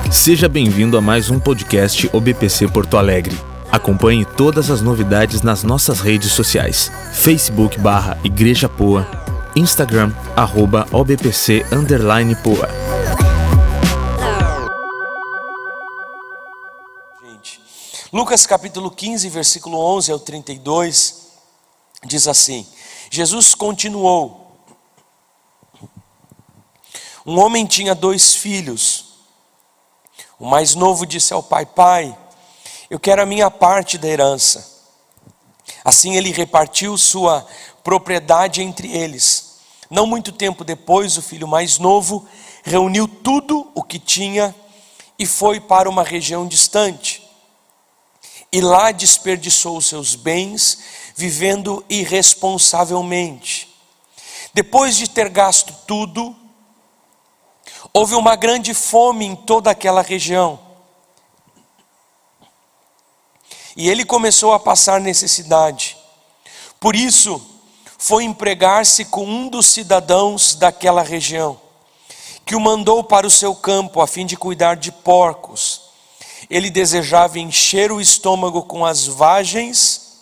Seja bem-vindo a mais um podcast OBPC Porto Alegre. Acompanhe todas as novidades nas nossas redes sociais. Facebook/Igreja Poa, Instagram @OBPC_Poa. Lucas capítulo 15, versículo 11 ao 32, diz assim: Jesus continuou. Um homem tinha 2 filhos. O mais novo disse ao pai: Pai, eu quero a minha parte da herança. Assim ele repartiu sua propriedade entre eles. Não muito tempo depois, o filho mais novo reuniu tudo o que tinha e foi para uma região distante. E lá desperdiçou os seus bens, vivendo irresponsavelmente. Depois de ter gasto tudo, houve uma grande fome em toda aquela região. E ele começou a passar necessidade. Por isso, foi empregar-se com um dos cidadãos daquela região, que o mandou para o seu campo a fim de cuidar de porcos. Ele desejava encher o estômago com as vagens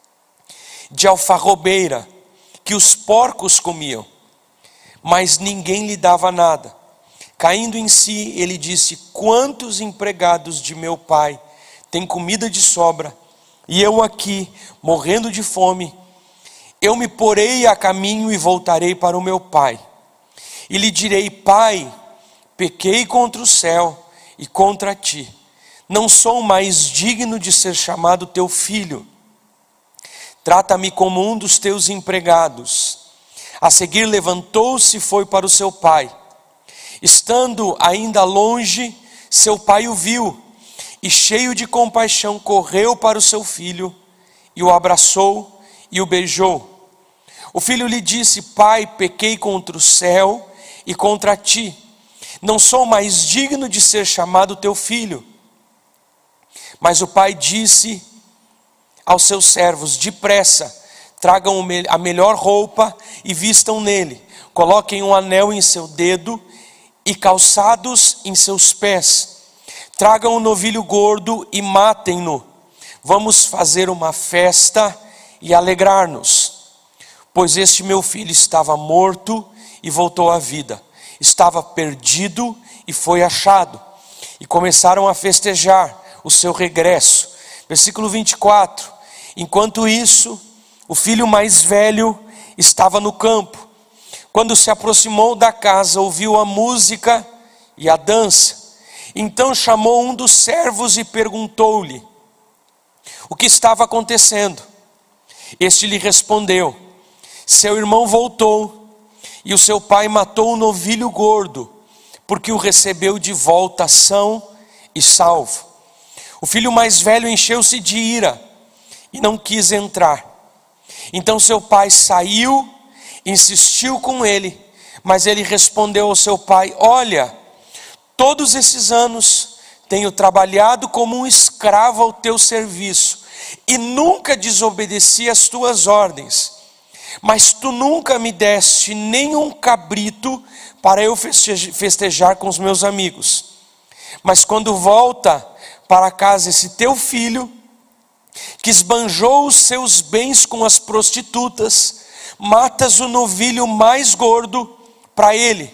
de alfarrobeira que os porcos comiam, mas ninguém lhe dava nada. Caindo em si, ele disse: quantos empregados de meu pai têm comida de sobra, e eu aqui, morrendo de fome? Eu me porei a caminho e voltarei para o meu pai. E lhe direi: Pai, pequei contra o céu e contra ti. Não sou mais digno de ser chamado teu filho. Trata-me como um dos teus empregados. A seguir levantou-se e foi para o seu pai. Estando ainda longe, seu pai o viu e, cheio de compaixão, correu para o seu filho e o abraçou e o beijou. O filho lhe disse: Pai, pequei contra o céu e contra ti. Não sou mais digno de ser chamado teu filho. Mas o pai disse aos seus servos: depressa, tragam a melhor roupa e vistam nele. Coloquem um anel em seu dedo e calçados em seus pés. Tragam um novilho gordo e matem-no. Vamos fazer uma festa e alegrar-nos. Pois este meu filho estava morto e voltou à vida. Estava perdido e foi achado. E começaram a festejar o seu regresso. Versículo 24. Enquanto isso, o filho mais velho estava no campo. Quando se aproximou da casa, ouviu a música e a dança. Então chamou um dos servos e perguntou-lhe o que estava acontecendo. Este lhe respondeu: seu irmão voltou e o seu pai matou um novilho gordo, porque o recebeu de volta são e salvo. O filho mais velho encheu-se de ira e não quis entrar. Então seu pai saiu, insistiu com ele, mas ele respondeu ao seu pai: olha, todos esses anos tenho trabalhado como um escravo ao teu serviço e nunca desobedeci às tuas ordens. Mas tu nunca me deste nenhum cabrito para eu festejar com os meus amigos. Mas quando volta para casa esse teu filho, que esbanjou os seus bens com as prostitutas, matas o novilho mais gordo para ele.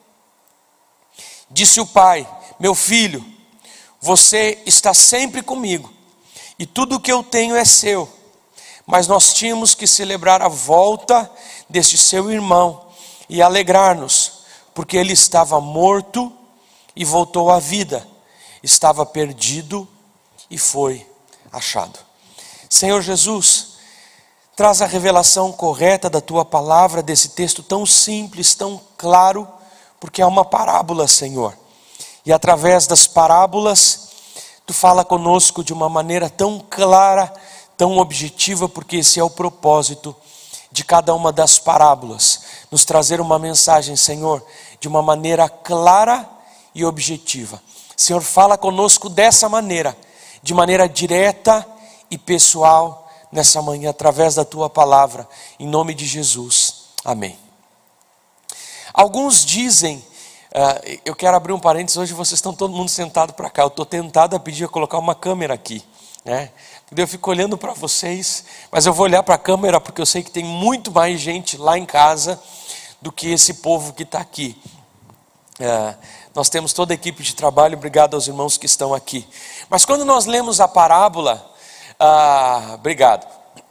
Disse o pai: meu filho, você está sempre comigo e tudo o que eu tenho é seu. Mas nós tínhamos que celebrar a volta deste seu irmão e alegrar-nos, porque ele estava morto e voltou à vida. Estava perdido e foi achado. Senhor Jesus, traz a revelação correta da tua palavra, desse texto tão simples, tão claro, porque é uma parábola, Senhor. E através das parábolas, tu fala conosco de uma maneira tão clara, tão objetiva, porque esse é o propósito de cada uma das parábolas. Nos trazer uma mensagem, Senhor, de uma maneira clara e objetiva. Senhor, fala conosco dessa maneira, de maneira direta e pessoal, nessa manhã, através da tua palavra, em nome de Jesus, amém. Alguns dizem Eu quero abrir um parênteses. Hoje vocês estão todo mundo sentado para cá. Eu estou tentado a pedir a colocar uma câmera aqui, né? Eu fico olhando para vocês, mas eu vou olhar para a câmera porque eu sei que tem muito mais gente lá em casa do que esse povo que está aqui. Nós temos toda a equipe de trabalho. Obrigado aos irmãos que estão aqui. Mas quando nós lemos a parábola, obrigado.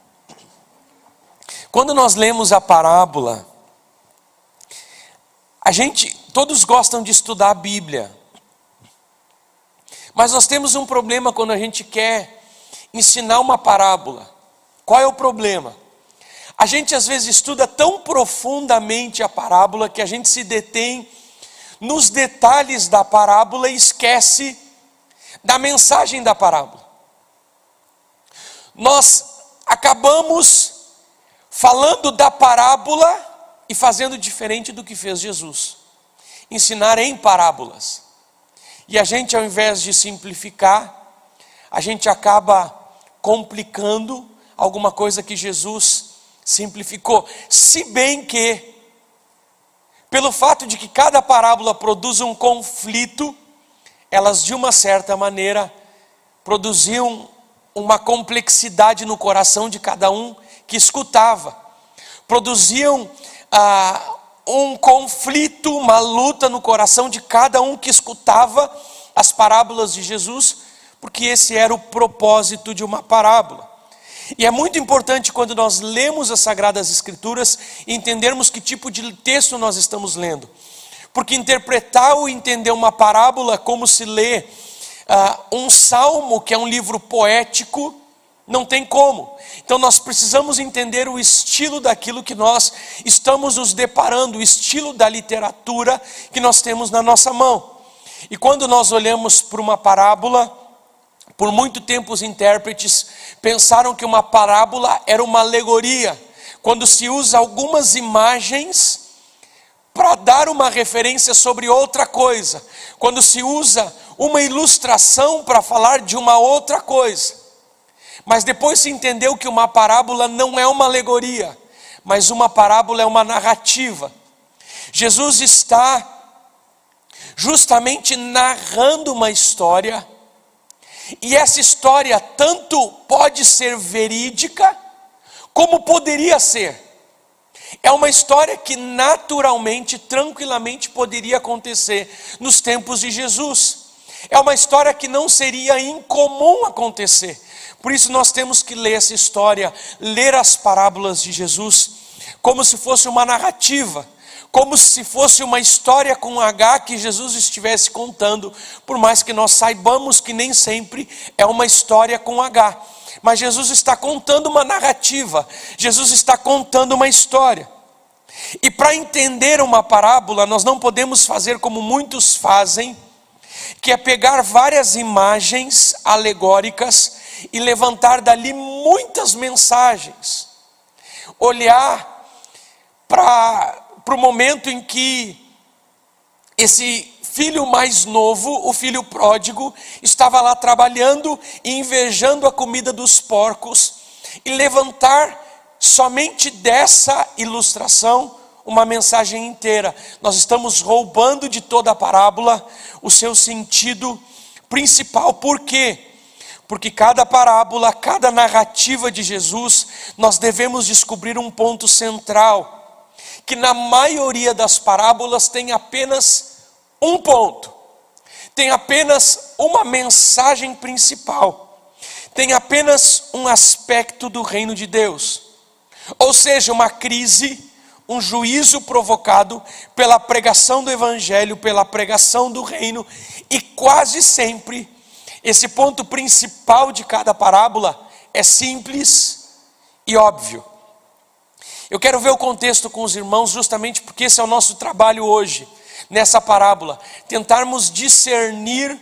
Quando nós lemos a parábola, todos gostam de estudar a Bíblia, mas nós temos um problema quando a gente quer ensinar uma parábola. Qual é o problema? A gente às vezes estuda tão profundamente a parábola que a gente se detém nos detalhes da parábola e esquece da mensagem da parábola. Nós acabamos falando da parábola e fazendo diferente do que fez Jesus, ensinar em parábolas. E a gente, ao invés de simplificar, a gente acaba complicando alguma coisa que Jesus simplificou. Se bem que, pelo fato de que cada parábola produz um conflito, elas de uma certa maneira produziam uma complexidade no coração de cada um que escutava. Produziam um conflito, uma luta no coração de cada um que escutava as parábolas de Jesus, porque esse era o propósito de uma parábola. E é muito importante quando nós lemos as Sagradas Escrituras entendermos que tipo de texto nós estamos lendo, porque interpretar ou entender uma parábola como se lê um salmo, que é um livro poético, não tem como. Então nós precisamos entender o estilo daquilo que nós estamos nos deparando, o estilo da literatura que nós temos na nossa mão. E quando nós olhamos para uma parábola, por muito tempo os intérpretes pensaram que uma parábola era uma alegoria, quando se usa algumas imagens para dar uma referência sobre outra coisa, quando se usa uma ilustração para falar de uma outra coisa. Mas depois se entendeu que uma parábola não é uma alegoria, mas uma parábola é uma narrativa. Jesus está justamente narrando uma história, e essa história tanto pode ser verídica, como poderia ser. É uma história que naturalmente, tranquilamente poderia acontecer nos tempos de Jesus. É uma história que não seria incomum acontecer. Por isso nós temos que ler essa história, ler as parábolas de Jesus, como se fosse uma narrativa, como se fosse uma história com H que Jesus estivesse contando, por mais que nós saibamos que nem sempre é uma história com H. Mas Jesus está contando uma narrativa, Jesus está contando uma história. E para entender uma parábola, nós não podemos fazer como muitos fazem, que é pegar várias imagens alegóricas e levantar dali muitas mensagens. Olhar para o momento em que esse filho mais novo, o filho pródigo, estava lá trabalhando e invejando a comida dos porcos, e levantar somente dessa ilustração uma mensagem inteira. Nós estamos roubando de toda a parábola o seu sentido principal. Por quê? Porque cada parábola, cada narrativa de Jesus, nós devemos descobrir um ponto central, que na maioria das parábolas tem apenas um ponto, tem apenas uma mensagem principal, tem apenas um aspecto do reino de Deus, ou seja, uma crise, um juízo provocado pela pregação do evangelho, pela pregação do reino, e quase sempre esse ponto principal de cada parábola é simples e óbvio. Eu quero ver o contexto com os irmãos, justamente porque esse é o nosso trabalho hoje, nessa parábola. Tentarmos discernir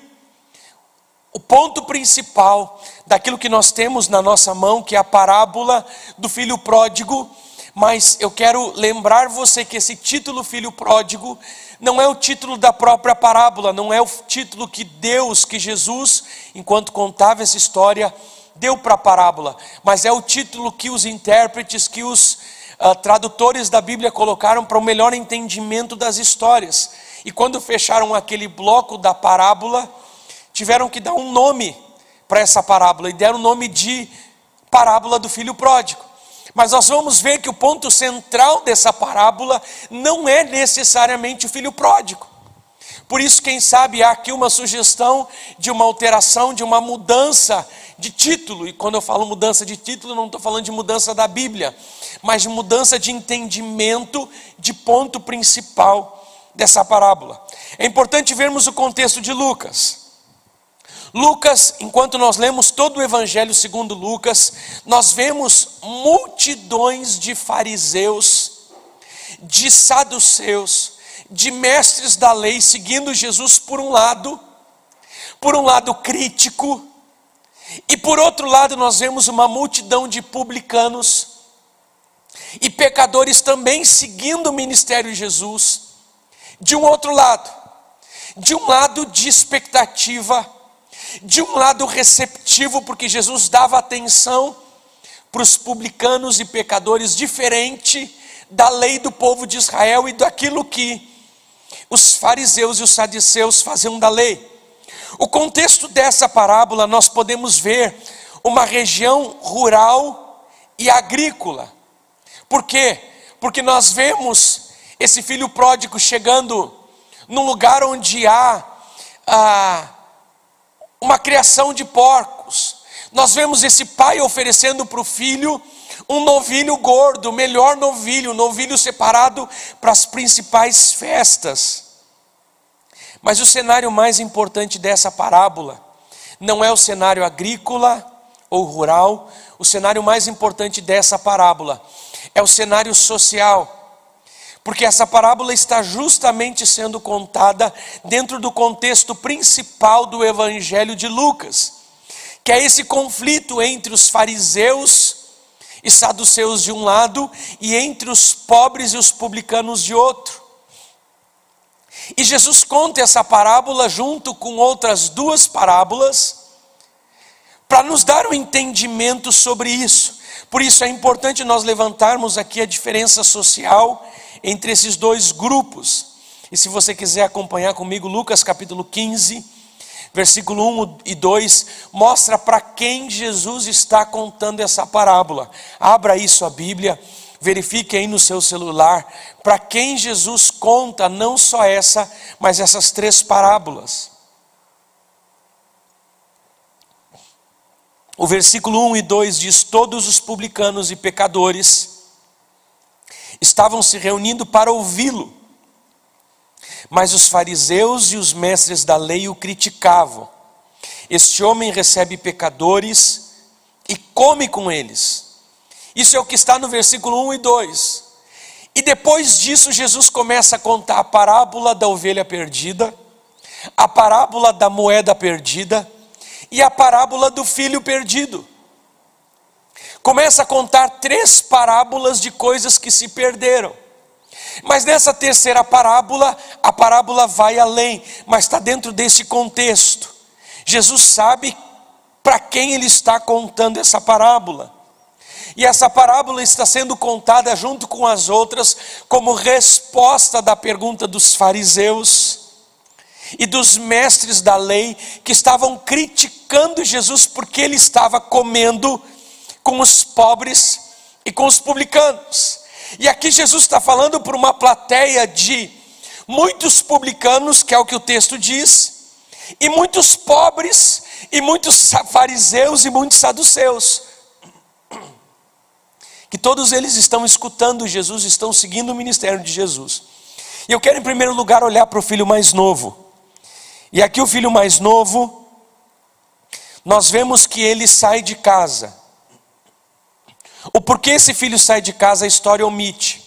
o ponto principal daquilo que nós temos na nossa mão, que é a parábola do filho pródigo. Mas eu quero lembrar você que esse título filho pródigo não é o título da própria parábola, não é o título que Deus, que Jesus, enquanto contava essa história, deu para a parábola, mas é o título que os intérpretes, que os tradutores da Bíblia colocaram para o melhor entendimento das histórias. E quando fecharam aquele bloco da parábola, tiveram que dar um nome para essa parábola, e deram o nome de parábola do filho pródigo. Mas nós vamos ver que o ponto central dessa parábola não é necessariamente o filho pródigo. Por isso, quem sabe, há aqui uma sugestão de uma alteração, de uma mudança de título. E quando eu falo mudança de título, não estou falando de mudança da Bíblia, mas de mudança de entendimento de ponto principal dessa parábola. É importante vermos o contexto de Lucas. Lucas, enquanto nós lemos todo o Evangelho segundo Lucas, nós vemos multidões de fariseus, de saduceus, de mestres da lei seguindo Jesus por um lado crítico, e por outro lado nós vemos uma multidão de publicanos e pecadores também seguindo o ministério de Jesus, de um outro lado, de um lado de expectativa, de um lado receptivo, porque Jesus dava atenção para os publicanos e pecadores, diferente da lei do povo de Israel e daquilo que os fariseus e os saduceus faziam da lei. O contexto dessa parábola, nós podemos ver uma região rural e agrícola. Por quê? Porque nós vemos esse filho pródigo chegando num lugar onde há uma criação de porcos. Nós vemos esse pai oferecendo para o filho um novilho gordo, o melhor novilho, novilho separado para as principais festas. Mas o cenário mais importante dessa parábola não é o cenário agrícola ou rural. O cenário mais importante dessa parábola é o cenário social. Porque essa parábola está justamente sendo contada dentro do contexto principal do Evangelho de Lucas, que é esse conflito entre os fariseus e saduceus de um lado, e entre os pobres e os publicanos de outro. E Jesus conta essa parábola junto com outras duas parábolas, para nos dar um entendimento sobre isso. Por isso é importante nós levantarmos aqui a diferença social entre esses dois grupos. E se você quiser acompanhar comigo, Lucas capítulo 15, versículo 1 e 2, mostra para quem Jesus está contando essa parábola. Abra aí sua Bíblia, verifique aí no seu celular, para quem Jesus conta não só essa, mas essas três parábolas. O versículo 1 e 2 diz: todos os publicanos e pecadores estavam se reunindo para ouvi-lo, mas os fariseus e os mestres da lei o criticavam. Este homem recebe pecadores e come com eles. Isso é o que está no versículo 1 e 2. E depois disso Jesus começa a contar a parábola da ovelha perdida, a parábola da moeda perdida e a parábola do filho perdido. Começa a contar três parábolas de coisas que se perderam. Mas nessa terceira parábola, a parábola vai além, mas está dentro desse contexto. Jesus sabe para quem ele está contando essa parábola. E essa parábola está sendo contada junto com as outras, como resposta da pergunta dos fariseus e dos mestres da lei, que estavam criticando Jesus porque ele estava comendo com os pobres e com os publicanos. E aqui Jesus está falando para uma plateia de muitos publicanos, que é o que o texto diz, e muitos pobres, e muitos fariseus e muitos saduceus, que todos eles estão escutando Jesus, estão seguindo o ministério de Jesus. E eu quero em primeiro lugar olhar para o filho mais novo. E aqui o filho mais novo, nós vemos que ele sai de casa. O porquê esse filho sai de casa, a história omite.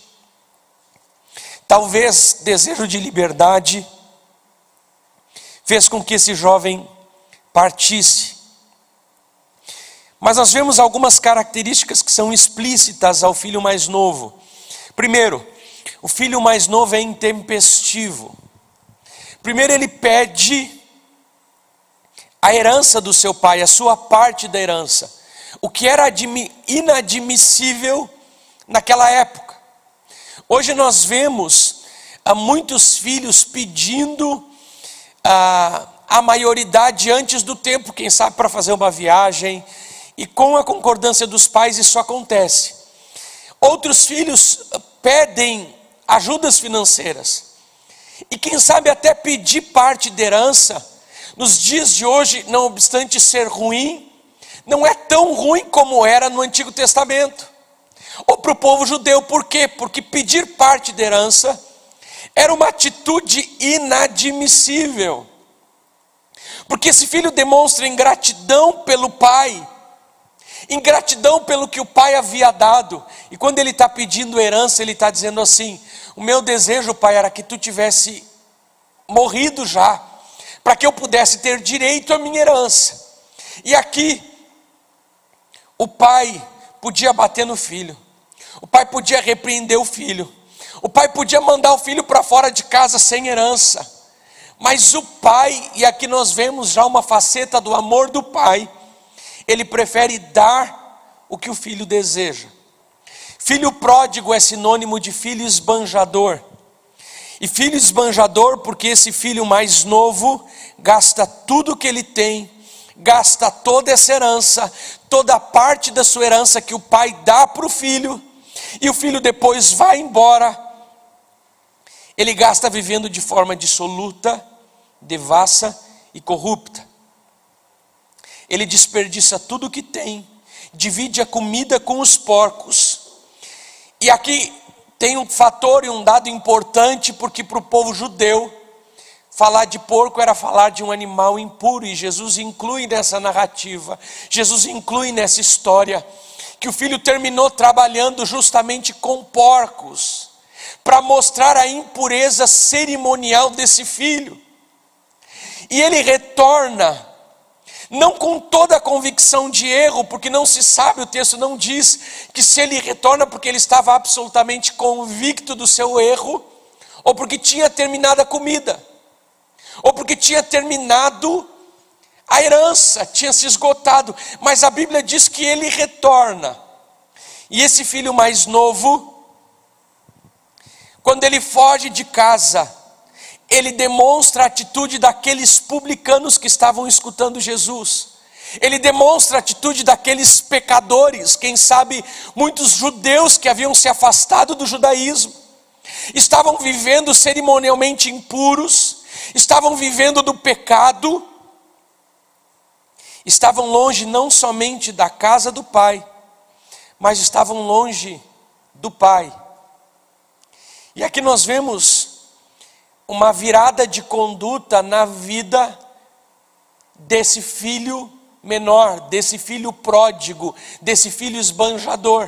Talvez desejo de liberdade fez com que esse jovem partisse. Mas nós vemos algumas características que são explícitas ao filho mais novo. Primeiro, o filho mais novo é intempestivo. Primeiro ele pede a herança do seu pai, a sua parte da herança. O que era inadmissível naquela época. Hoje nós vemos há muitos filhos pedindo a maioridade antes do tempo, quem sabe para fazer uma viagem, e com a concordância dos pais isso acontece. Outros filhos pedem ajudas financeiras, e quem sabe até pedir parte da herança. Nos dias de hoje, não obstante ser ruim, não é tão ruim como era no Antigo Testamento, ou para o povo judeu. Por quê? Porque pedir parte da herança era uma atitude inadmissível, porque esse filho demonstra ingratidão pelo pai, ingratidão pelo que o pai havia dado. E quando ele está pedindo herança, ele está dizendo assim: o meu desejo, pai, era que tu tivesse morrido já, para que eu pudesse ter direito à minha herança. E aqui o pai podia bater no filho, o pai podia repreender o filho, o pai podia mandar o filho para fora de casa sem herança. Mas o pai, e aqui nós vemos já uma faceta do amor do pai, ele prefere dar o que o filho deseja. Filho pródigo é sinônimo de filho esbanjador. E filho esbanjador porque esse filho mais novo gasta tudo que ele tem, gasta toda essa herança, toda a parte da sua herança que o pai dá para o filho, e o filho depois vai embora. Ele gasta vivendo de forma dissoluta, devassa e corrupta. Ele desperdiça tudo que tem, divide a comida com os porcos. E aqui tem um fator e um dado importante, porque para o povo judeu, falar de porco era falar de um animal impuro, e Jesus inclui nessa narrativa, Jesus inclui nessa história, que o filho terminou trabalhando justamente com porcos, para mostrar a impureza cerimonial desse filho. E ele retorna, não com toda a convicção de erro, porque não se sabe, o texto não diz que se ele retorna porque ele estava absolutamente convicto do seu erro, ou porque tinha terminado a comida, ou porque tinha terminado a herança, tinha se esgotado. Mas a Bíblia diz que ele retorna. E esse filho mais novo, quando ele foge de casa, ele demonstra a atitude daqueles publicanos que estavam escutando Jesus. Ele demonstra a atitude daqueles pecadores, quem sabe muitos judeus que haviam se afastado do judaísmo, estavam vivendo cerimonialmente impuros, estavam vivendo do pecado, estavam longe não somente da casa do pai, mas estavam longe do pai. E aqui nós vemos uma virada de conduta na vida desse filho menor, desse filho pródigo, desse filho esbanjador.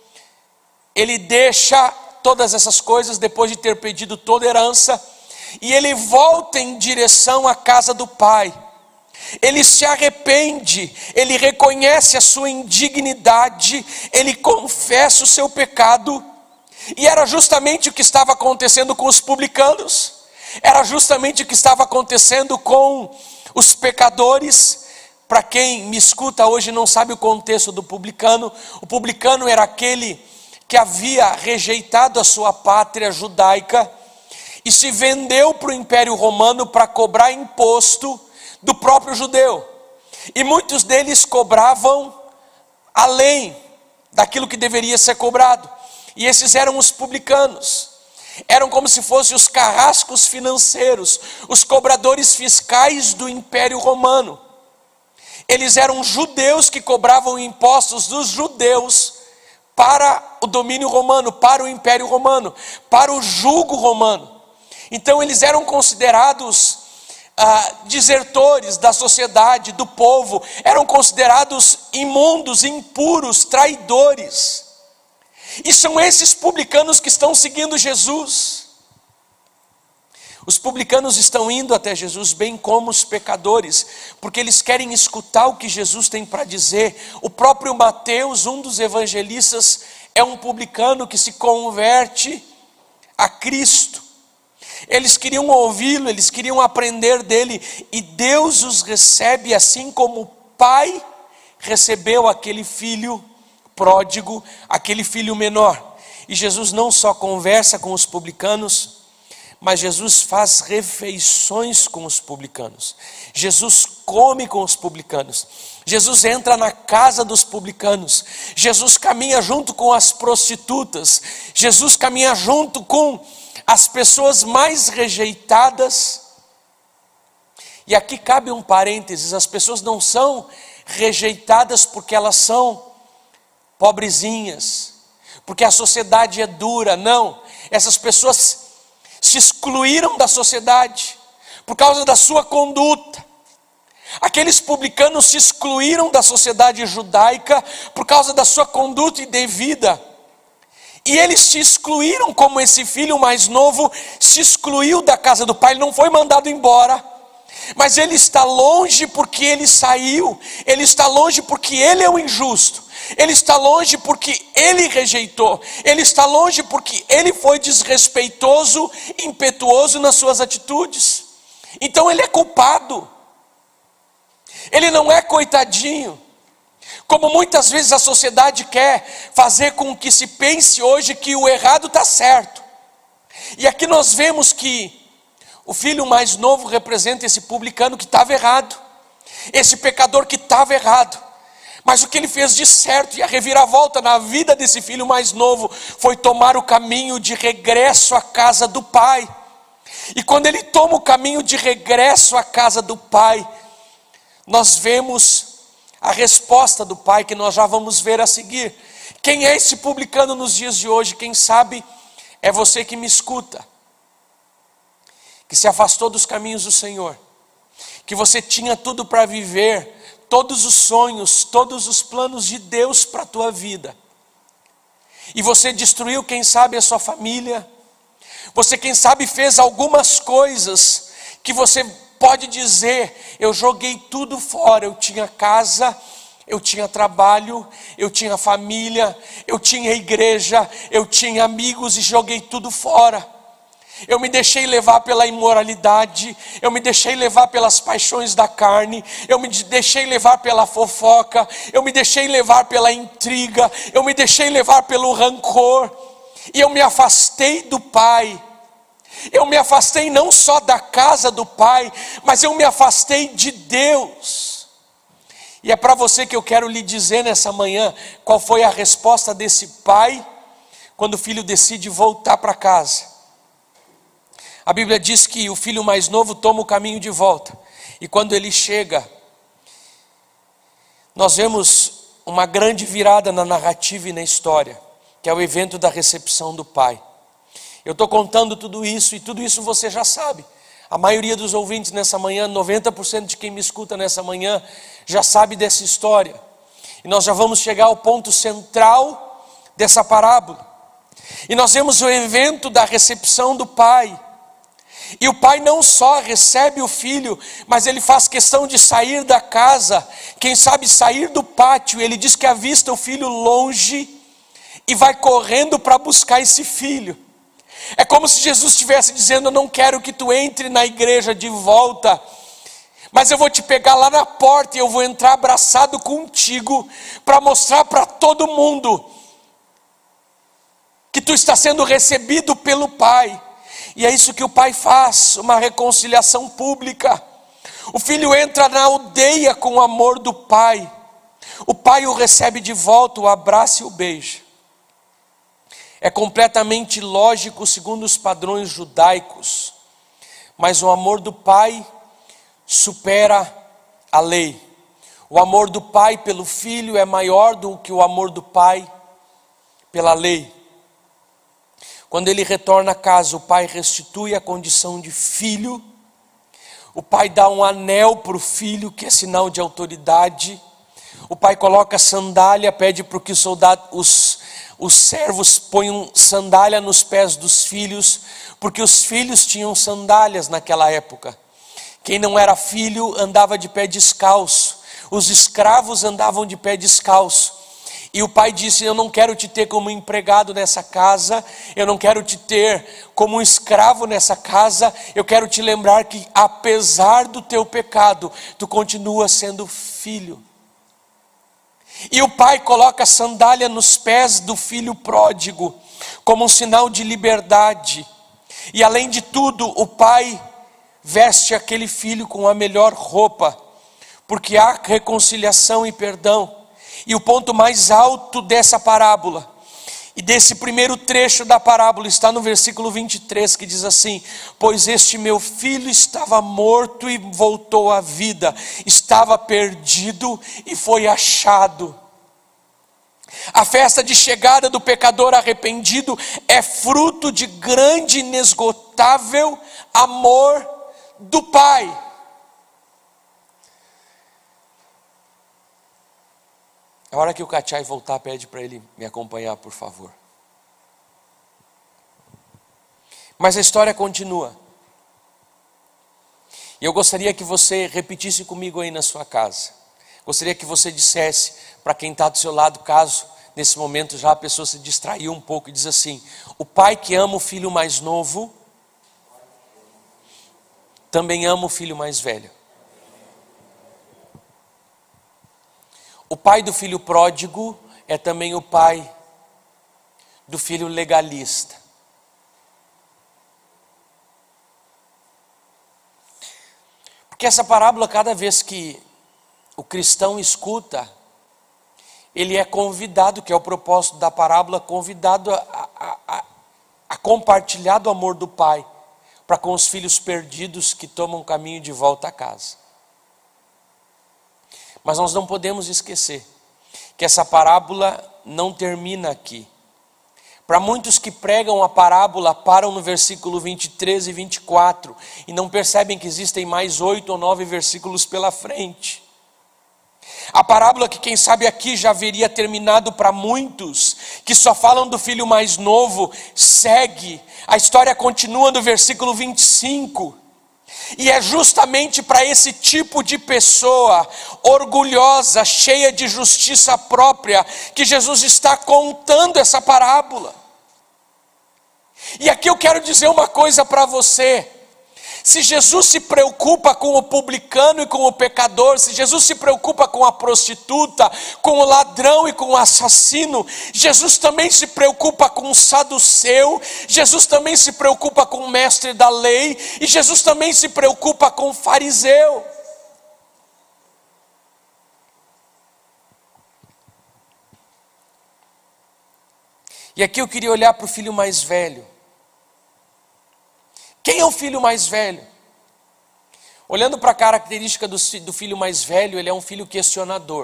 Ele deixa todas essas coisas depois de ter pedido toda a herança, e ele volta em direção à casa do pai. Ele se arrepende, ele reconhece a sua indignidade, ele confessa o seu pecado. E era justamente o que estava acontecendo com os publicanos, era justamente o que estava acontecendo com os pecadores. Para quem me escuta hoje e não sabe o contexto do publicano, o publicano era aquele que havia rejeitado a sua pátria judaica e se vendeu para o Império Romano para cobrar imposto do próprio judeu. E muitos deles cobravam além daquilo que deveria ser cobrado. E esses eram os publicanos. Eram como se fossem os carrascos financeiros, os cobradores fiscais do Império Romano. Eles eram judeus que cobravam impostos dos judeus para o domínio romano, para o Império Romano, para o jugo romano. Então eles eram considerados desertores da sociedade, do povo, eram considerados imundos, impuros, traidores. E são esses publicanos que estão seguindo Jesus. Os publicanos estão indo até Jesus, bem como os pecadores, porque eles querem escutar o que Jesus tem para dizer. O próprio Mateus, um dos evangelistas, é um publicano que se converte a Cristo. Eles queriam ouvi-lo, eles queriam aprender dele, e Deus os recebe assim como o pai recebeu aquele filho pródigo, aquele filho menor. E Jesus não só conversa com os publicanos, mas Jesus faz refeições com os publicanos. Jesus come com os publicanos. Jesus entra na casa dos publicanos. Jesus caminha junto com as prostitutas. Jesus caminha junto com as pessoas mais rejeitadas. E aqui cabe um parênteses: as pessoas não são rejeitadas porque elas são pobrezinhas, porque a sociedade é dura. Não, essas pessoas se excluíram da sociedade por causa da sua conduta. Aqueles publicanos se excluíram da sociedade judaica por causa da sua conduta indevida. E eles se excluíram, como esse filho mais novo se excluiu da casa do pai. Ele não foi mandado embora, mas ele está longe porque ele saiu. Ele está longe porque ele é o injusto. Ele está longe porque ele rejeitou. Ele está longe porque ele foi desrespeitoso, impetuoso nas suas atitudes. Então ele é culpado. Ele não é coitadinho, como muitas vezes a sociedade quer fazer com que se pense hoje que o errado está certo. E aqui nós vemos que o filho mais novo representa esse publicano que estava errado, esse pecador que estava errado. Mas o que ele fez de certo, e a reviravolta na vida desse filho mais novo, foi tomar o caminho de regresso à casa do pai. E quando ele toma o caminho de regresso à casa do pai, nós vemos a resposta do pai, que nós já vamos ver a seguir. Quem é esse publicano nos dias de hoje? Quem sabe é você que me escuta, que se afastou dos caminhos do Senhor, que você tinha tudo para viver, todos os sonhos, todos os planos de Deus para a tua vida, e você destruiu, quem sabe, a sua família. Você, quem sabe, fez algumas coisas que você pode dizer: eu joguei tudo fora. Eu tinha casa, eu tinha trabalho, eu tinha família, eu tinha igreja, eu tinha amigos e joguei tudo fora. Eu me deixei levar pela imoralidade, eu me deixei levar pelas paixões da carne, eu me deixei levar pela fofoca, eu me deixei levar pela intriga, eu me deixei levar pelo rancor, e eu me afastei do Pai. Eu me afastei não só da casa do pai, mas eu me afastei de Deus. E é para você que eu quero lhe dizer nessa manhã qual foi a resposta desse pai quando o filho decide voltar para casa. A Bíblia diz que o filho mais novo toma o caminho de volta, e quando ele chega, nós vemos uma grande virada na narrativa e na história, que é o evento da recepção do pai. Eu estou contando tudo isso, e tudo isso você já sabe. A maioria dos ouvintes nessa manhã, 90% de quem me escuta nessa manhã, já sabe dessa história. E nós já vamos chegar ao ponto central dessa parábola. E nós vemos o evento da recepção do pai. E o pai não só recebe o filho, mas ele faz questão de sair da casa, quem sabe sair do pátio. Ele diz que avista o filho longe e vai correndo para buscar esse filho. É como se Jesus estivesse dizendo: eu não quero que tu entre na igreja de volta, mas eu vou te pegar lá na porta e eu vou entrar abraçado contigo para mostrar para todo mundo que tu está sendo recebido pelo Pai. E é isso que o pai faz, uma reconciliação pública. O filho entra na aldeia com o amor do pai. O pai o recebe de volta, o abraça e o beija. É completamente lógico segundo os padrões judaicos, mas o amor do pai supera a lei. O amor do pai pelo filho é maior do que o amor do pai pela lei. Quando ele retorna a casa, o pai restitui a condição de filho. O pai dá um anel para o filho, que é sinal de autoridade. O pai coloca sandália, pede para que os servos ponham sandália nos pés dos filhos, porque os filhos tinham sandálias naquela época. Quem não era filho andava de pé descalço. Os escravos andavam de pé descalço. E o pai disse: eu não quero te ter como empregado nessa casa, eu não quero te ter como um escravo nessa casa, eu quero te lembrar que apesar do teu pecado, tu continua sendo filho. E o pai coloca a sandália nos pés do filho pródigo, como um sinal de liberdade. E além de tudo, o pai veste aquele filho com a melhor roupa, porque há reconciliação e perdão. E o ponto mais alto dessa parábola, e desse primeiro trecho da parábola, está no versículo 23, que diz assim: pois este meu filho estava morto e voltou à vida, estava perdido e foi achado. A festa de chegada do pecador arrependido é fruto de grande e inesgotável amor do Pai. A hora que o Cachai voltar, pede para ele me acompanhar, por favor. Mas a história continua. E eu gostaria que você repetisse comigo aí na sua casa. Gostaria que você dissesse para quem está do seu lado, caso nesse momento já a pessoa se distraiu um pouco, e diz assim: o pai que ama o filho mais novo, também ama o filho mais velho. O pai do filho pródigo é também o pai do filho legalista. Porque essa parábola, cada vez que o cristão escuta, ele é convidado, que é o propósito da parábola, convidado a compartilhar do amor do pai para com os filhos perdidos que tomam caminho de volta a casa. Mas nós não podemos esquecer que essa parábola não termina aqui. Para muitos que pregam a parábola, param no versículo 23 e 24 e não percebem que existem mais 8 ou 9 versículos pela frente. A parábola que quem sabe aqui já haveria terminado para muitos, que só falam do filho mais novo, segue. A história continua no versículo 25. E é justamente para esse tipo de pessoa, orgulhosa, cheia de justiça própria, que Jesus está contando essa parábola. E aqui eu quero dizer uma coisa para você: se Jesus se preocupa com o publicano e com o pecador, se Jesus se preocupa com a prostituta, com o ladrão e com o assassino, Jesus também se preocupa com o saduceu, Jesus também se preocupa com o mestre da lei, e Jesus também se preocupa com o fariseu. E aqui eu queria olhar para o filho mais velho. Quem é o filho mais velho? Olhando para a característica do filho mais velho, ele é um filho questionador.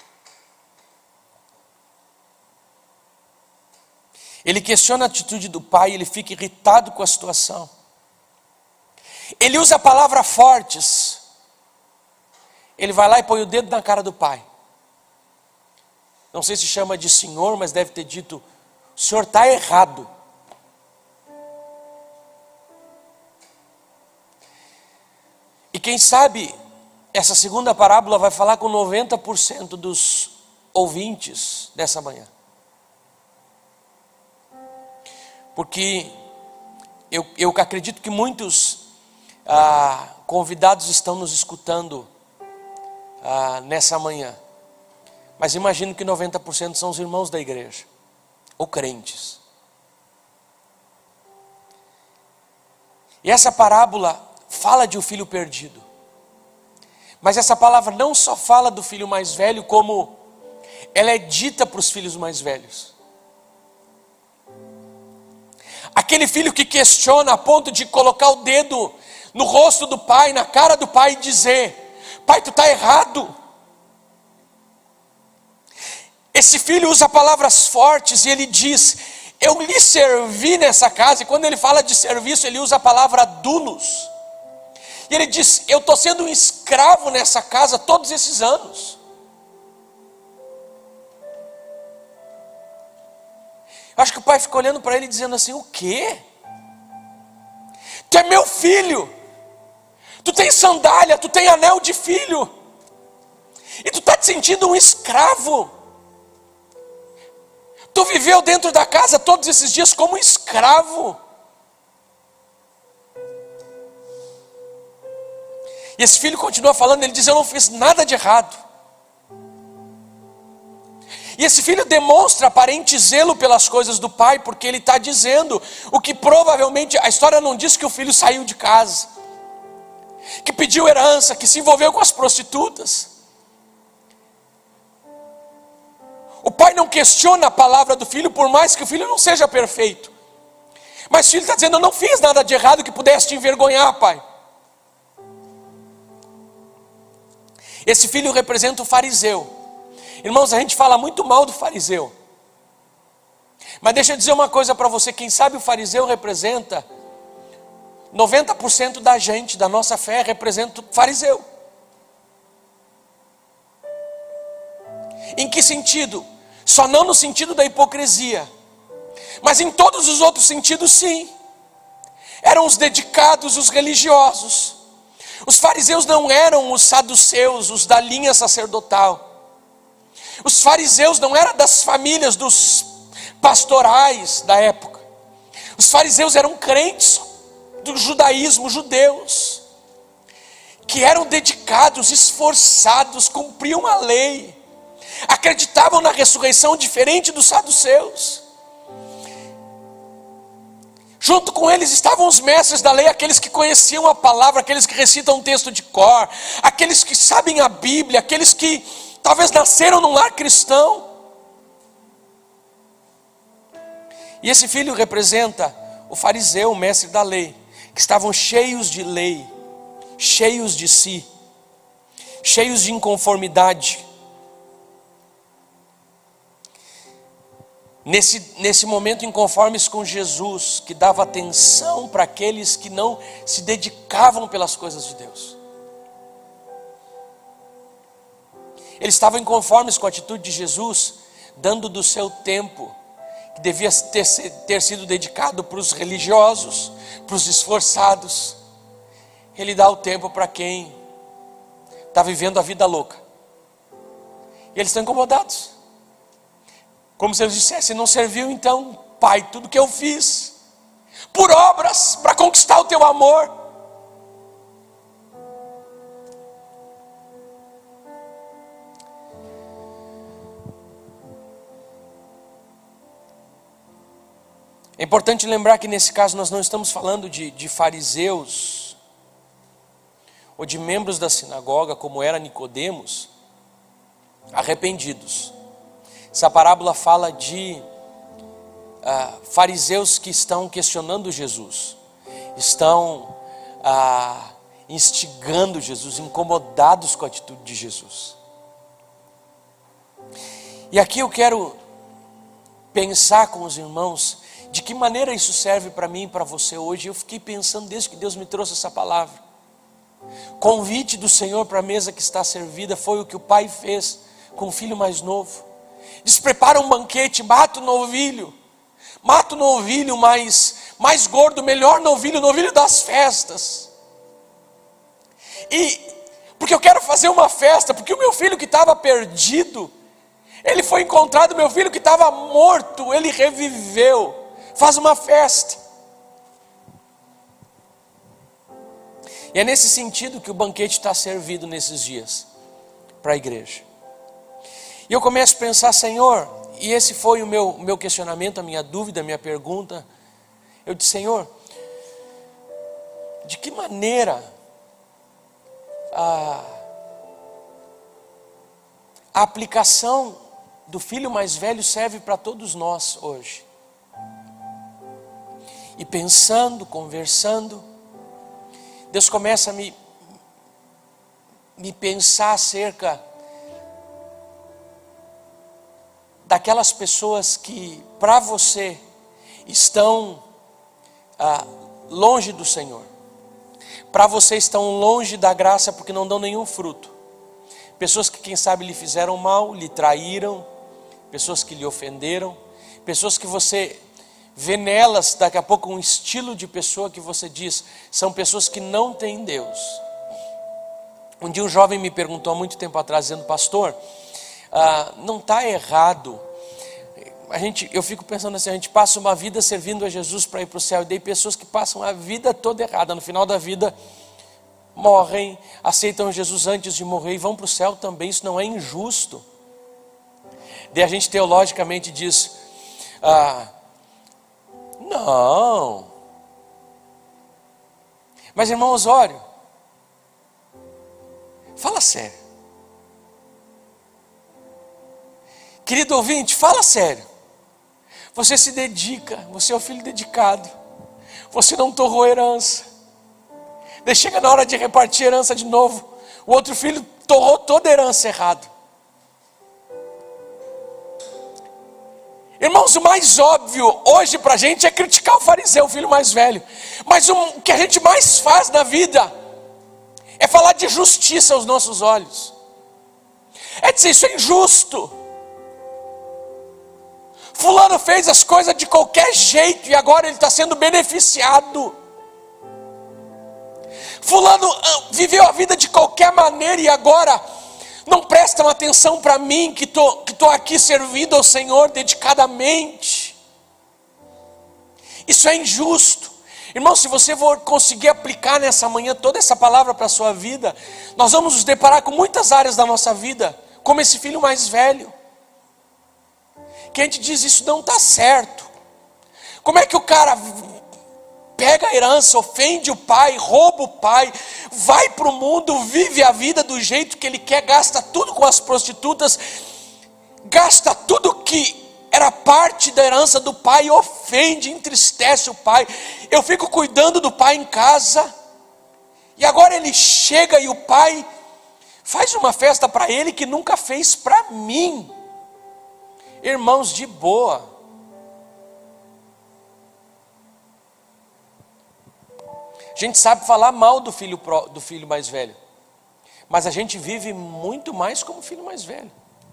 Ele questiona a atitude do pai, ele fica irritado com a situação. Ele usa palavras fortes. Ele vai lá e põe o dedo na cara do pai. Não sei se chama de senhor, mas deve ter dito: o senhor está errado. E quem sabe essa segunda parábola vai falar com 90% dos ouvintes dessa manhã. Porque eu acredito que muitos convidados estão nos escutando nessa manhã. Mas imagino que 90% são os irmãos da igreja, ou crentes. E essa parábola fala de um filho perdido. Mas essa palavra não só fala do filho mais velho, como ela é dita para os filhos mais velhos. Aquele filho que questiona a ponto de colocar o dedo no rosto do pai, na cara do pai, e dizer: pai, tu está errado. Esse filho usa palavras fortes e ele diz: eu lhe servi nessa casa. E quando ele fala de serviço, ele usa a palavra dulos. E ele diz: eu estou sendo um escravo nessa casa todos esses anos. Eu acho que o pai fica olhando para ele dizendo assim: o quê? Tu é meu filho. Tu tem sandália, tu tem anel de filho. E tu está te sentindo um escravo. Tu viveu dentro da casa todos esses dias como um escravo. E esse filho continua falando, ele diz: eu não fiz nada de errado. E esse filho demonstra aparente zelo pelas coisas do pai, porque ele está dizendo o que provavelmente, a história não diz que o filho saiu de casa, que pediu herança, que se envolveu com as prostitutas. O pai não questiona a palavra do filho, por mais que o filho não seja perfeito. Mas o filho está dizendo: eu não fiz nada de errado que pudesse te envergonhar, pai. Esse filho representa o fariseu. Irmãos, a gente fala muito mal do fariseu. Mas deixa eu dizer uma coisa para você: quem sabe o fariseu representa 90% da gente, da nossa fé, representa o fariseu. Em que sentido? Só não no sentido da hipocrisia, mas em todos os outros sentidos sim. Eram os dedicados, os religiosos. Os fariseus não eram os saduceus, os da linha sacerdotal. Os fariseus não eram das famílias dos pastorais da época. Os fariseus eram crentes do judaísmo, judeus, que eram dedicados, esforçados, cumpriam a lei, acreditavam na ressurreição, diferente dos saduceus. Junto com eles estavam os mestres da lei, aqueles que conheciam a palavra, aqueles que recitam um texto de cor, aqueles que sabem a Bíblia, aqueles que talvez nasceram num lar cristão. E esse filho representa o fariseu, o mestre da lei, que estavam cheios de lei, cheios de si, cheios de inconformidade. Nesse momento, inconformes com Jesus, que dava atenção para aqueles que não se dedicavam pelas coisas de Deus. Eles estavam inconformes com a atitude de Jesus, dando do seu tempo, que devia ter sido dedicado para os religiosos, para os esforçados. Ele dá o tempo para quem está vivendo a vida louca. E eles estão incomodados. Como se eles dissessem: não serviu então, pai, tudo que eu fiz, por obras, para conquistar o teu amor. É importante lembrar que nesse caso nós não estamos falando de fariseus, ou de membros da sinagoga, como era Nicodemos, arrependidos. Essa parábola fala de fariseus que estão questionando Jesus, estão instigando Jesus, incomodados com a atitude de Jesus. E aqui eu quero pensar com os irmãos de que maneira isso serve para mim e para você hoje. Eu fiquei pensando desde que Deus me trouxe essa palavra. Convite do Senhor para a mesa que está servida foi o que o pai fez com o filho mais novo. Diz: prepara um banquete, mata o novilho mais gordo, melhor novilho das festas. E porque eu quero fazer uma festa, porque o meu filho que estava perdido, ele foi encontrado, meu filho que estava morto, ele reviveu. Faz uma festa. E é nesse sentido que o banquete está servido nesses dias para a igreja. E eu começo a pensar: Senhor, e esse foi o meu questionamento, a minha dúvida, a minha pergunta. Eu disse: Senhor, de que maneira a aplicação do filho mais velho serve para todos nós hoje? E pensando, conversando, Deus começa a me pensar acerca daquelas pessoas que para você estão longe do Senhor, para você estão longe da graça porque não dão nenhum fruto. Pessoas que quem sabe lhe fizeram mal, lhe traíram, pessoas que lhe ofenderam, pessoas que você vê nelas daqui a pouco um estilo de pessoa que você diz, são pessoas que não têm Deus. Um dia um jovem me perguntou há muito tempo atrás, dizendo: pastor, não está errado, eu fico pensando assim, a gente passa uma vida servindo a Jesus para ir para o céu, e daí pessoas que passam a vida toda errada, no final da vida morrem, aceitam Jesus antes de morrer e vão para o céu também. Isso não é injusto? Daí a gente teologicamente diz, não. Mas irmão Osório, fala sério. Querido ouvinte, fala sério. Você se dedica, você é o filho dedicado. Você não torrou herança. Daí chega na hora de repartir herança de novo, o outro filho torrou toda a herança errado. Irmãos, o mais óbvio hoje para a gente é criticar o fariseu, o filho mais velho. Mas o que a gente mais faz na vida é falar de justiça aos nossos olhos. É dizer, isso é injusto. Fulano fez as coisas de qualquer jeito e agora ele está sendo beneficiado. Fulano viveu a vida de qualquer maneira e agora não prestam atenção para mim que estou aqui servindo ao Senhor dedicadamente. Isso é injusto. Irmão, se você for conseguir aplicar nessa manhã toda essa palavra para a sua vida, nós vamos nos deparar com muitas áreas da nossa vida, como esse filho mais velho, que a gente diz, isso não está certo. Como é que o cara pega a herança, ofende o pai, rouba o pai, vai para o mundo, vive a vida do jeito que ele quer, gasta tudo com as prostitutas, gasta tudo que era parte da herança do pai, ofende, entristece o pai. Eu fico cuidando do pai em casa, e agora ele chega e o pai faz uma festa para ele que nunca fez para mim. Irmãos, de boa. A gente sabe falar mal do filho mais velho, mas a gente vive muito mais como filho mais velho.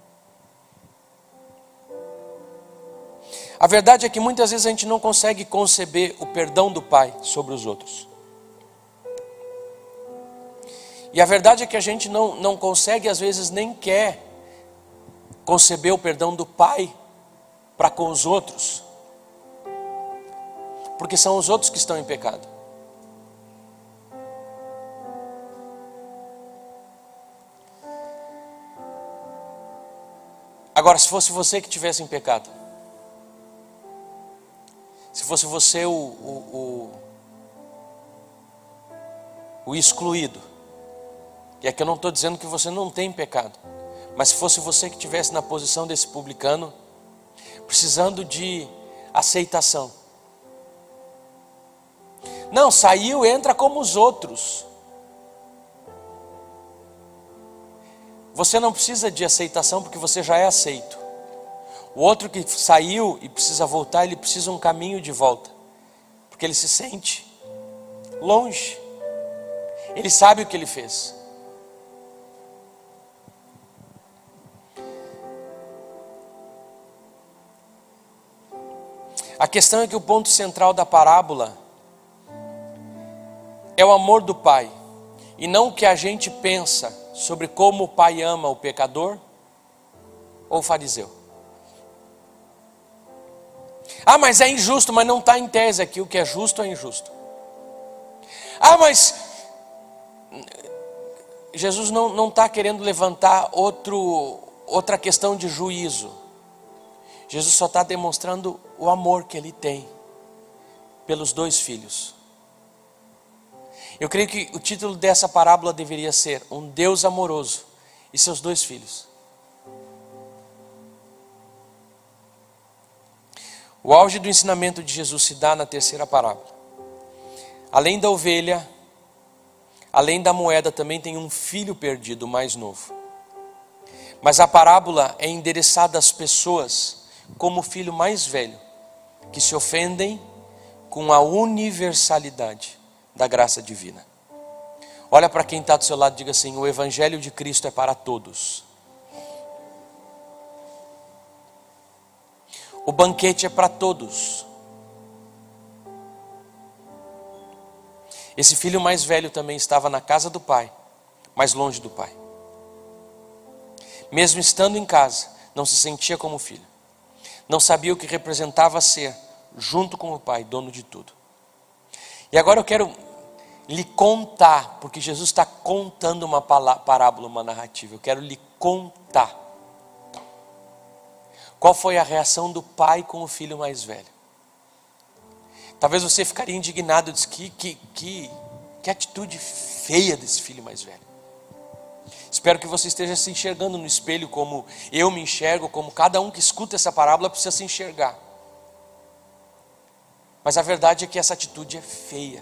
A verdade é que muitas vezes a gente não consegue conceber o perdão do pai sobre os outros. E a verdade é que a gente não consegue, às vezes nem quer conceber o perdão do pai para com os outros, porque são os outros que estão em pecado. Agora, se fosse você que estivesse em pecado, se fosse você o excluído, e aqui eu não estou dizendo que você não tem pecado, mas se fosse você que estivesse na posição desse publicano, precisando de aceitação. Não, saiu, entra como os outros. Você não precisa de aceitação porque você já é aceito. O outro que saiu e precisa voltar, ele precisa um caminho de volta, porque ele se sente longe. Ele sabe o que ele fez. A questão é que o ponto central da parábola é o amor do pai, e não o que a gente pensa sobre como o pai ama o pecador ou o fariseu. Ah, mas é injusto, mas não está em tese aqui, o que é justo é injusto. Ah, mas Jesus não está querendo levantar outra questão de juízo. Jesus só está demonstrando o amor que ele tem pelos dois filhos. Eu creio que o título dessa parábola deveria ser Um Deus amoroso e seus dois filhos. O auge do ensinamento de Jesus se dá na terceira parábola. Além da ovelha, além da moeda, também tem um filho perdido mais novo. Mas a parábola é endereçada às pessoas como o filho mais velho, que se ofendem com a universalidade da graça divina. Olha para quem está do seu lado e diga assim: o evangelho de Cristo é para todos. O banquete é para todos. Esse filho mais velho também estava na casa do pai, mas longe do pai. Mesmo estando em casa, não se sentia como filho. Não sabia o que representava ser, junto com o pai, dono de tudo. E agora eu quero lhe contar, porque Jesus está contando uma parábola, uma narrativa. Eu quero lhe contar Qual foi a reação do pai com o filho mais velho? Talvez você ficaria indignado, diz que atitude feia desse filho mais velho. Espero que você esteja se enxergando no espelho como eu me enxergo, como cada um que escuta essa parábola precisa se enxergar. Mas a verdade é que essa atitude é feia.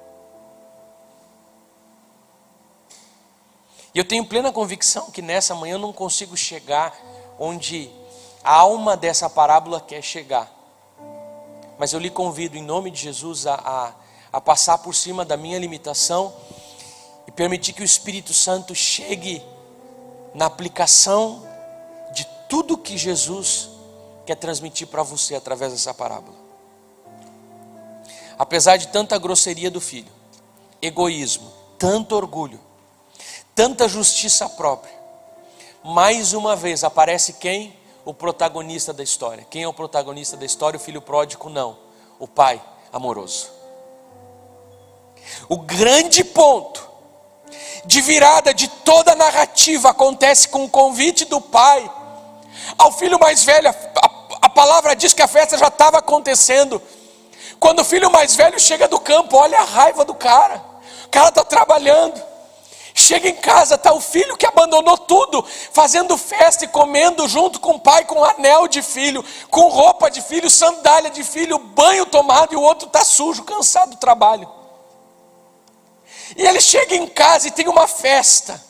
E eu tenho plena convicção que nessa manhã eu não consigo chegar onde a alma dessa parábola quer chegar. Mas eu lhe convido em nome de Jesus a passar por cima da minha limitação e permitir que o Espírito Santo chegue na aplicação de tudo que Jesus quer transmitir para você através dessa parábola. Apesar de tanta grosseria do filho, egoísmo, tanto orgulho, tanta justiça própria, mais uma vez aparece quem? O protagonista da história. Quem é o protagonista da história? O filho pródigo? Não, o pai amoroso. O grande ponto de virada de toda a narrativa acontece com o convite do pai ao filho mais velho. A palavra diz que a festa já estava acontecendo. Quando o filho mais velho chega do campo, olha a raiva do cara. O cara está trabalhando. Chega em casa, está o filho que abandonou tudo, fazendo festa e comendo junto com o pai, com anel de filho, com roupa de filho, sandália de filho, banho tomado, e o outro está sujo, cansado do trabalho. E ele chega em casa e tem uma festa.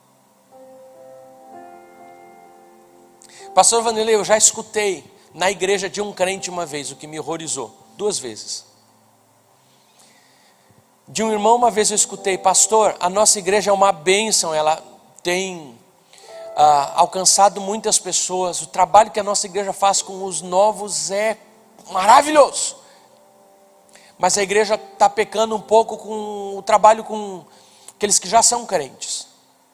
Pastor Vanderlei, eu já escutei na igreja de um crente uma vez, o que me horrorizou, 2 vezes. De um irmão uma vez eu escutei: pastor, a nossa igreja é uma bênção, ela tem alcançado muitas pessoas, o trabalho que a nossa igreja faz com os novos é maravilhoso, mas a igreja está pecando um pouco com o trabalho com aqueles que já são crentes.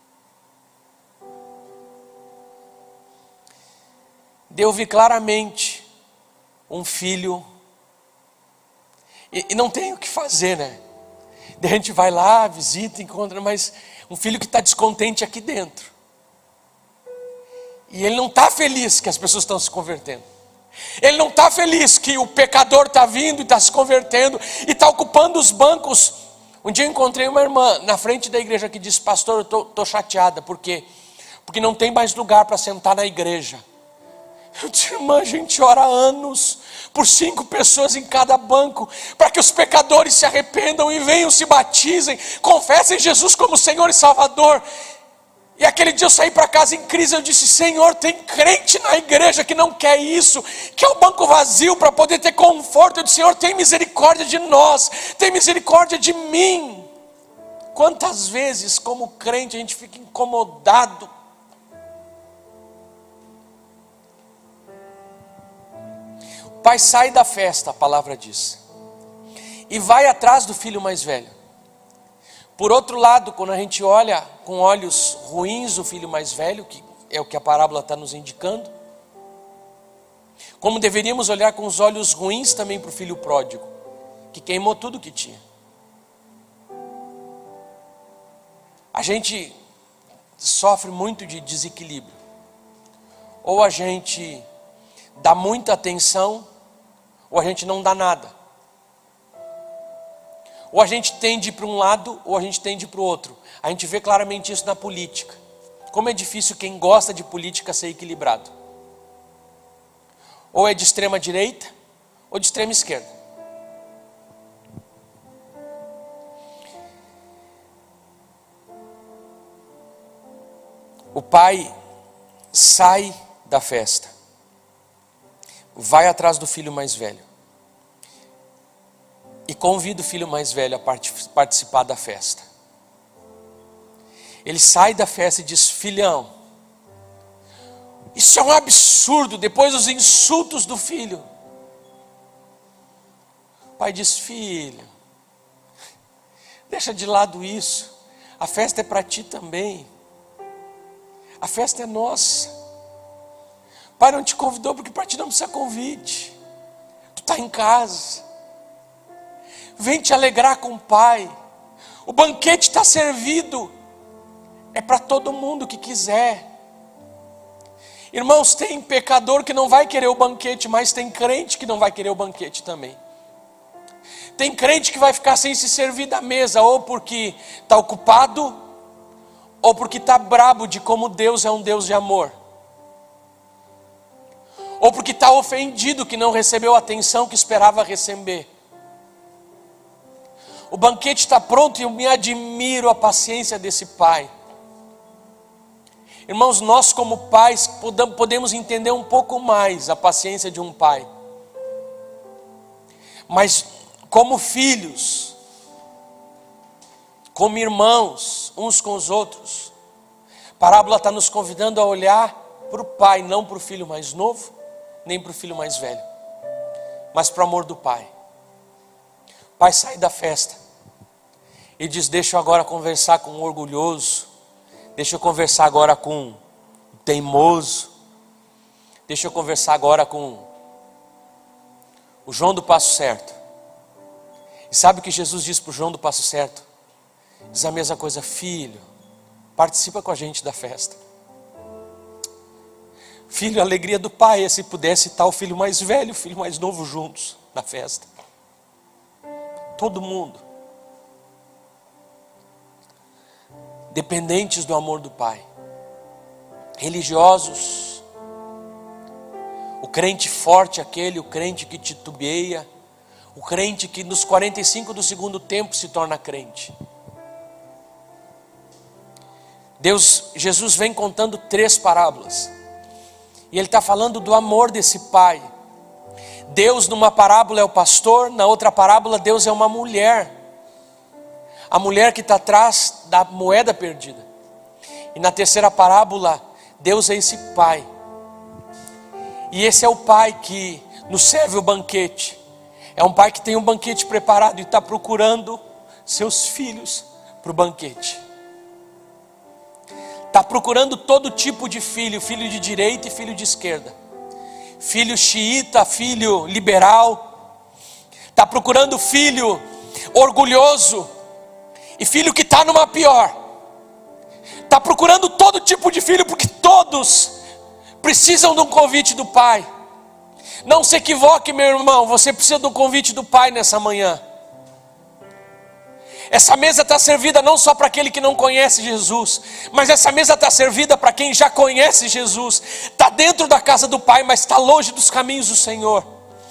Eu vi claramente um filho, e não tem o que fazer, né? A gente vai lá, visita, encontra, mas um filho que está descontente aqui dentro. E ele não está feliz que as pessoas estão se convertendo. Ele não está feliz que o pecador está vindo e está se convertendo e está ocupando os bancos. Um dia eu encontrei uma irmã na frente da igreja que disse: pastor, eu estou chateada. Por quê? Porque não tem mais lugar para sentar na igreja. Eu disse: irmã, a gente ora há anos por 5 pessoas em cada banco, para que os pecadores se arrependam e venham, se batizem, confessem Jesus como Senhor e Salvador. E aquele dia eu saí para casa em crise. Eu disse: Senhor, tem crente na igreja que não quer isso, que é o banco vazio para poder ter conforto. Eu disse: Senhor, tem misericórdia de nós, tem misericórdia de mim. Quantas vezes como crente a gente fica incomodado. O pai sai da festa, a palavra diz, e vai atrás do filho mais velho. Por outro lado, quando a gente olha com olhos ruins o filho mais velho, que é o que a parábola está nos indicando, como deveríamos olhar com os olhos ruins também para o filho pródigo, que queimou tudo que tinha. A gente sofre muito de desequilíbrio. Ou a gente dá muita atenção, ou a gente não dá nada. Ou a gente tende para um lado, ou a gente tende para o outro. A gente vê claramente isso na política. Como é difícil quem gosta de política ser equilibrado. Ou é de extrema direita, ou de extrema esquerda. O pai sai da festa, vai atrás do filho mais velho e convida o filho mais velho a participar da festa. Ele sai da festa e diz: filhão, isso é um absurdo. Depois dos insultos do filho, o pai diz: filho, deixa de lado isso, a festa é para ti também, a festa é nossa. O pai não te convidou porque para ti não precisa convite. Tu está em casa. Vem te alegrar com o pai. O banquete está servido. É para todo mundo que quiser. Irmãos, tem pecador que não vai querer o banquete, mas tem crente que não vai querer o banquete também. Tem crente que vai ficar sem se servir da mesa, ou porque está ocupado, ou porque está brabo de como Deus é um Deus de amor. Ou porque está ofendido que não recebeu a atenção que esperava receber. O banquete está pronto e eu me admiro a paciência desse pai. Irmãos, nós como pais podemos entender um pouco mais a paciência de um pai. Mas como filhos, como irmãos, uns com os outros, a parábola está nos convidando a olhar para o pai, não para o filho mais novo, nem para o filho mais velho, mas para o amor do pai. O pai sai da festa e diz: deixa eu agora conversar com o orgulhoso, deixa eu conversar agora com o teimoso, deixa eu conversar agora com o João do Passo Certo. E sabe o que Jesus diz para o João do Passo Certo? Diz a mesma coisa: filho, participa com a gente da festa. Filho, a alegria do pai é se pudesse estar o filho mais velho e o filho mais novo juntos na festa. Todo mundo. Dependentes do amor do pai. Religiosos. O crente forte aquele, o crente que titubeia. O crente que nos 45 do segundo tempo se torna crente. Jesus vem contando 3 parábolas. E ele está falando do amor desse pai. Deus numa parábola é o pastor, na outra parábola Deus é uma mulher. A mulher que está atrás da moeda perdida. E na terceira parábola, Deus é esse pai. E esse é o pai que nos serve o banquete. É um pai que tem um banquete preparado e está procurando seus filhos para o banquete. Está procurando todo tipo de filho, filho de direita e filho de esquerda. Filho xiita, filho liberal. Está procurando filho orgulhoso e filho que está numa pior. Está procurando todo tipo de filho, porque todos precisam de um convite do pai. Não se equivoque, meu irmão, você precisa do convite do pai nessa manhã. Essa mesa está servida não só para aquele que não conhece Jesus, mas essa mesa está servida para quem já conhece Jesus. Está dentro da casa do pai, mas está longe dos caminhos do Senhor.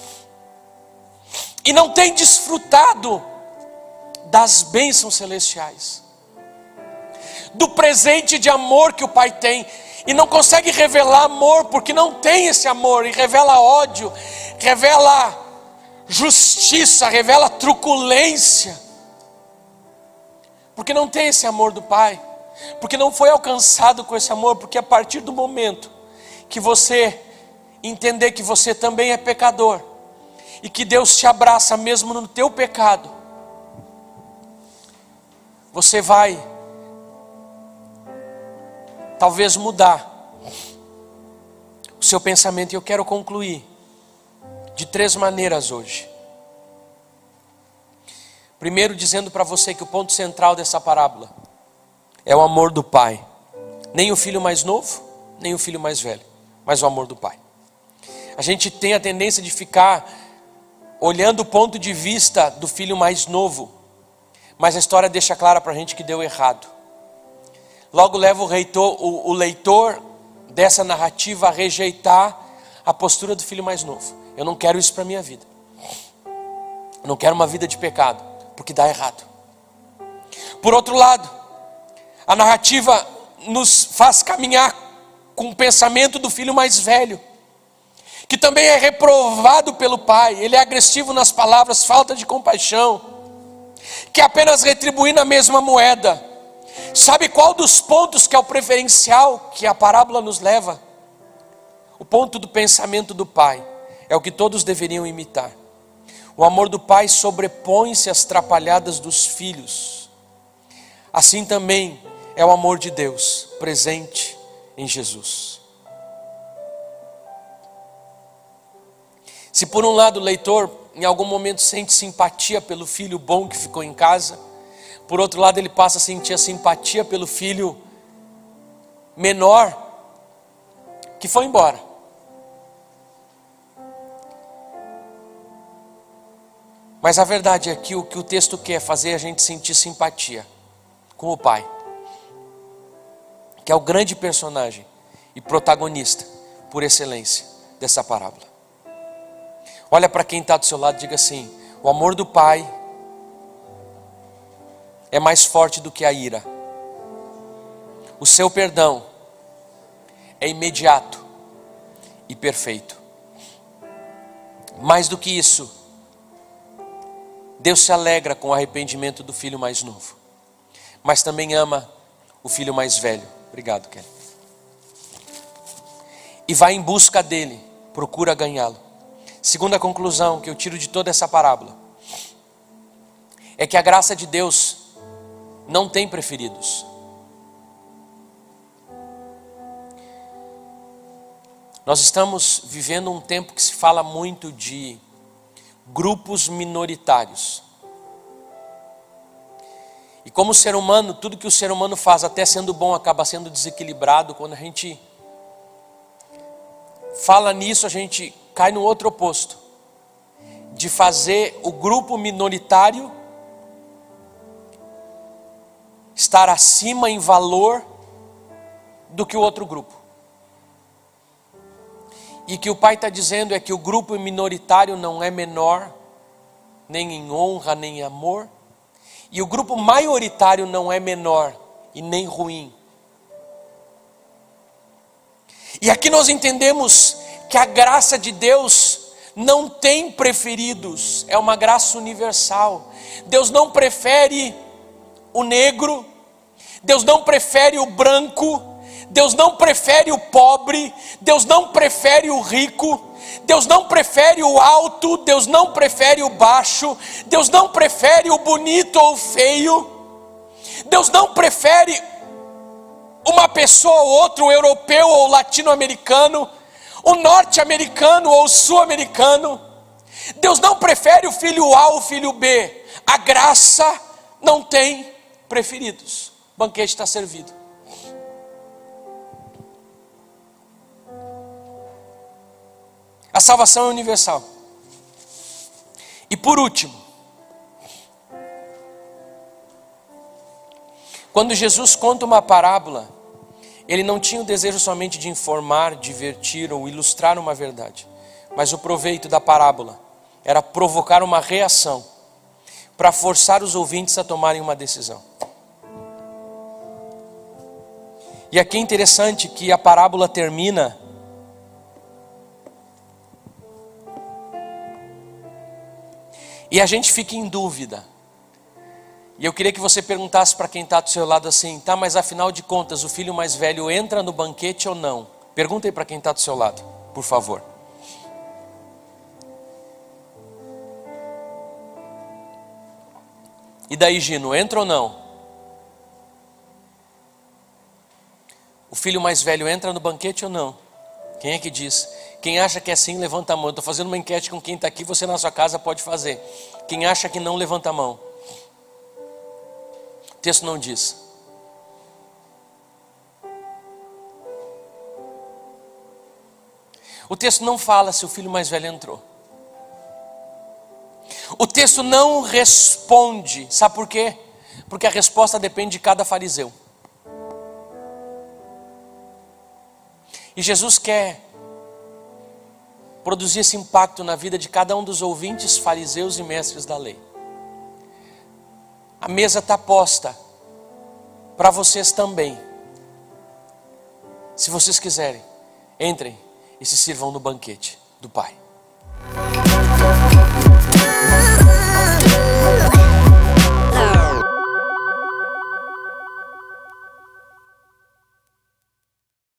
E não tem desfrutado das bênçãos celestiais. Do presente de amor que o pai tem. E não consegue revelar amor, porque não tem esse amor. E revela ódio, revela justiça, revela truculência. Porque não tem esse amor do pai. Porque não foi alcançado com esse amor. Porque a partir do momento que você entender que você também é pecador, e que Deus te abraça mesmo no teu pecado, você vai talvez mudar o seu pensamento. E eu quero concluir de 3 maneiras hoje. Primeiro, dizendo para você que o ponto central dessa parábola é o amor do pai. Nem o filho mais novo, nem o filho mais velho, mas o amor do pai. A gente tem a tendência de ficar olhando o ponto de vista do filho mais novo, mas a história deixa clara para a gente que deu errado. Logo leva o leitor dessa narrativa a rejeitar a postura do filho mais novo. Eu não quero isso para a minha vida. Eu não quero uma vida de pecado, porque dá errado. Por outro lado, a narrativa nos faz caminhar com o pensamento do filho mais velho, que também é reprovado pelo pai. Ele é agressivo nas palavras, falta de compaixão, quer apenas retribuir na mesma moeda. Sabe qual dos pontos que é o preferencial que a parábola nos leva? O ponto do pensamento do pai é o que todos deveriam imitar. O amor do pai sobrepõe-se às trapalhadas dos filhos. Assim também é o amor de Deus presente em Jesus. Se por um lado o leitor em algum momento sente simpatia pelo filho bom que ficou em casa, por outro lado ele passa a sentir a simpatia pelo filho menor que foi embora. Mas a verdade é que o texto quer fazer a gente sentir simpatia com o pai, que é o grande personagem e protagonista por excelência dessa parábola. Olha para quem está do seu lado e diga assim: o amor do pai é mais forte do que a ira. O seu perdão é imediato e perfeito. Mais do que isso, Deus se alegra com o arrependimento do filho mais novo, mas também ama o filho mais velho. Obrigado, Kelly. E vai em busca dele, procura ganhá-lo. Segunda conclusão que eu tiro de toda essa parábola é que a graça de Deus não tem preferidos. Nós estamos vivendo um tempo que se fala muito de grupos minoritários. E como ser humano, tudo que o ser humano faz, até sendo bom, acaba sendo desequilibrado. Quando a gente fala nisso, a gente cai no outro oposto, de fazer o grupo minoritário estar acima em valor do que o outro grupo. E que o pai está dizendo é que o grupo minoritário não é menor, nem em honra, nem em amor. E o grupo maioritário não é menor e nem ruim. E aqui nós entendemos que a graça de Deus não tem preferidos, é uma graça universal. Deus não prefere o negro, Deus não prefere o branco, Deus não prefere o pobre, Deus não prefere o rico, Deus não prefere o alto, Deus não prefere o baixo, Deus não prefere o bonito ou o feio, Deus não prefere uma pessoa ou outra, o europeu ou o latino-americano, o norte-americano ou o sul-americano. Deus não prefere o filho A ou o filho B. A graça não tem preferidos. O banquete está servido. A salvação é universal. E por último, quando Jesus conta uma parábola, ele não tinha o desejo somente de informar, divertir ou ilustrar uma verdade, mas o proveito da parábola era provocar uma reação, para forçar os ouvintes a tomarem uma decisão. E aqui é interessante que a parábola termina e a gente fica em dúvida. E eu queria que você perguntasse para quem está do seu lado assim: tá, mas afinal de contas, o filho mais velho entra no banquete ou não? Pergunta aí para quem está do seu lado, por favor. E daí, Gino, entra ou não? O filho mais velho entra no banquete ou não? Quem é que diz? Quem acha que é sim, levanta a mão. Eu estou fazendo uma enquete com quem está aqui, você na sua casa pode fazer. Quem acha que não, levanta a mão. O texto não diz. O texto não fala se o filho mais velho entrou. O texto não responde. Sabe por quê? Porque a resposta depende de cada fariseu. E Jesus quer produzir esse impacto na vida de cada um dos ouvintes, fariseus e mestres da lei. A mesa está posta para vocês também. Se vocês quiserem, entrem e se sirvam no banquete do Pai.